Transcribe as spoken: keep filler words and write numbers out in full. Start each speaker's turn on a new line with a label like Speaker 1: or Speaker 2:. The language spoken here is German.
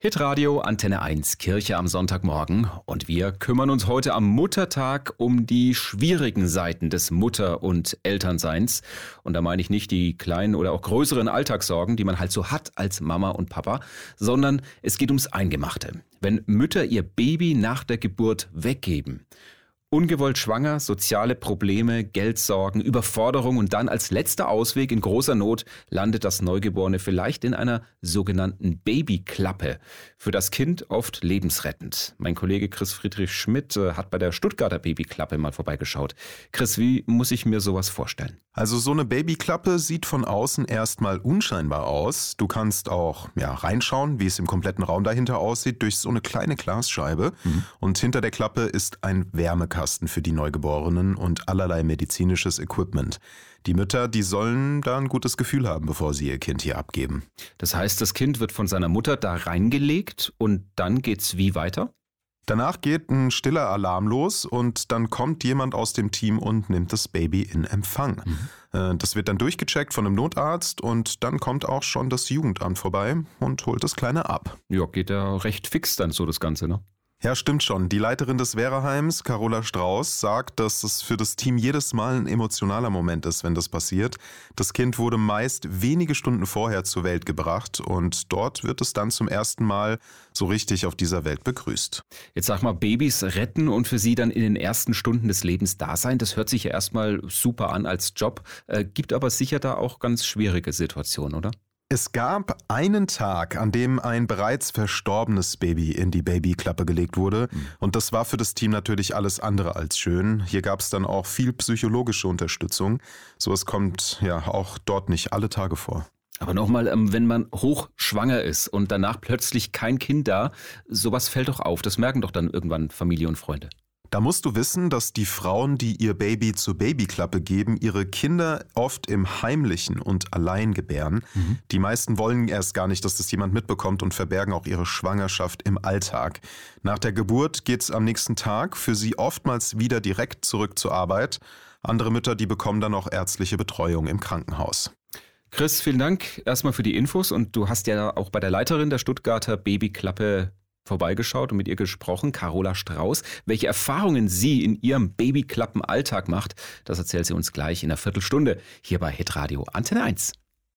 Speaker 1: Hitradio Antenne eins, Kirche am Sonntagmorgen, und wir kümmern uns heute am Muttertag um die schwierigen Seiten des Mutter- und Elternseins. Und da meine ich nicht die kleinen oder auch größeren Alltagssorgen, die man halt so hat als Mama und Papa, sondern es geht ums Eingemachte. Wenn Mütter ihr Baby nach der Geburt weggeben. Ungewollt schwanger, soziale Probleme, Geldsorgen, Überforderung und dann als letzter Ausweg in großer Not landet das Neugeborene vielleicht in einer sogenannten Babyklappe. Für das Kind oft lebensrettend. Mein Kollege Chris Friedrich Schmidt äh, hat bei der Stuttgarter Babyklappe mal vorbeigeschaut. Chris, wie muss ich mir sowas vorstellen?
Speaker 2: Also so eine Babyklappe sieht von außen erstmal unscheinbar aus. Du kannst auch ja, reinschauen, wie es im kompletten Raum dahinter aussieht, durch so eine kleine Glasscheibe. Mhm. Und hinter der Klappe ist ein Wärmekasten für die Neugeborenen und allerlei medizinisches Equipment. Die Mütter, die sollen da ein gutes Gefühl haben, bevor sie ihr Kind hier abgeben.
Speaker 1: Das heißt, das Kind wird von seiner Mutter da reingelegt und dann geht's wie weiter?
Speaker 2: Danach geht ein stiller Alarm los und dann kommt jemand aus dem Team und nimmt das Baby in Empfang. Mhm. Das wird dann durchgecheckt von einem Notarzt und dann kommt auch schon das Jugendamt vorbei und holt das Kleine ab.
Speaker 1: Ja, geht ja recht fix dann so das Ganze, ne?
Speaker 2: Ja, stimmt schon. Die Leiterin des Wehrerheims, Carola Strauß, sagt, dass es für das Team jedes Mal ein emotionaler Moment ist, wenn das passiert. Das Kind wurde meist wenige Stunden vorher zur Welt gebracht und dort wird es dann zum ersten Mal so richtig auf dieser Welt begrüßt.
Speaker 1: Jetzt sag mal, Babys retten und für sie dann in den ersten Stunden des Lebens da sein, das hört sich ja erstmal super an als Job, äh, gibt aber sicher da auch ganz schwierige Situationen, oder?
Speaker 2: Es gab einen Tag, an dem ein bereits verstorbenes Baby in die Babyklappe gelegt wurde. Und das war für das Team natürlich alles andere als schön. Hier gab es dann auch viel psychologische Unterstützung. Sowas kommt ja auch dort nicht alle Tage vor.
Speaker 1: Aber nochmal, wenn man hochschwanger ist und danach plötzlich kein Kind da, sowas fällt doch auf. Das merken doch dann irgendwann Familie und Freunde.
Speaker 2: Da musst du wissen, dass die Frauen, die ihr Baby zur Babyklappe geben, ihre Kinder oft im Heimlichen und allein gebären. Mhm. Die meisten wollen erst gar nicht, dass das jemand mitbekommt und verbergen auch ihre Schwangerschaft im Alltag. Nach der Geburt geht's am nächsten Tag für sie oftmals wieder direkt zurück zur Arbeit. Andere Mütter, die bekommen dann auch ärztliche Betreuung im Krankenhaus.
Speaker 1: Chris, vielen Dank erstmal für die Infos, und du hast ja auch bei der Leiterin der Stuttgarter Babyklappe vorbeigeschaut und mit ihr gesprochen, Carola Strauß. Welche Erfahrungen sie in ihrem Babyklappen-Alltag macht, das erzählt sie uns gleich in einer Viertelstunde hier bei Hitradio Antenne eins.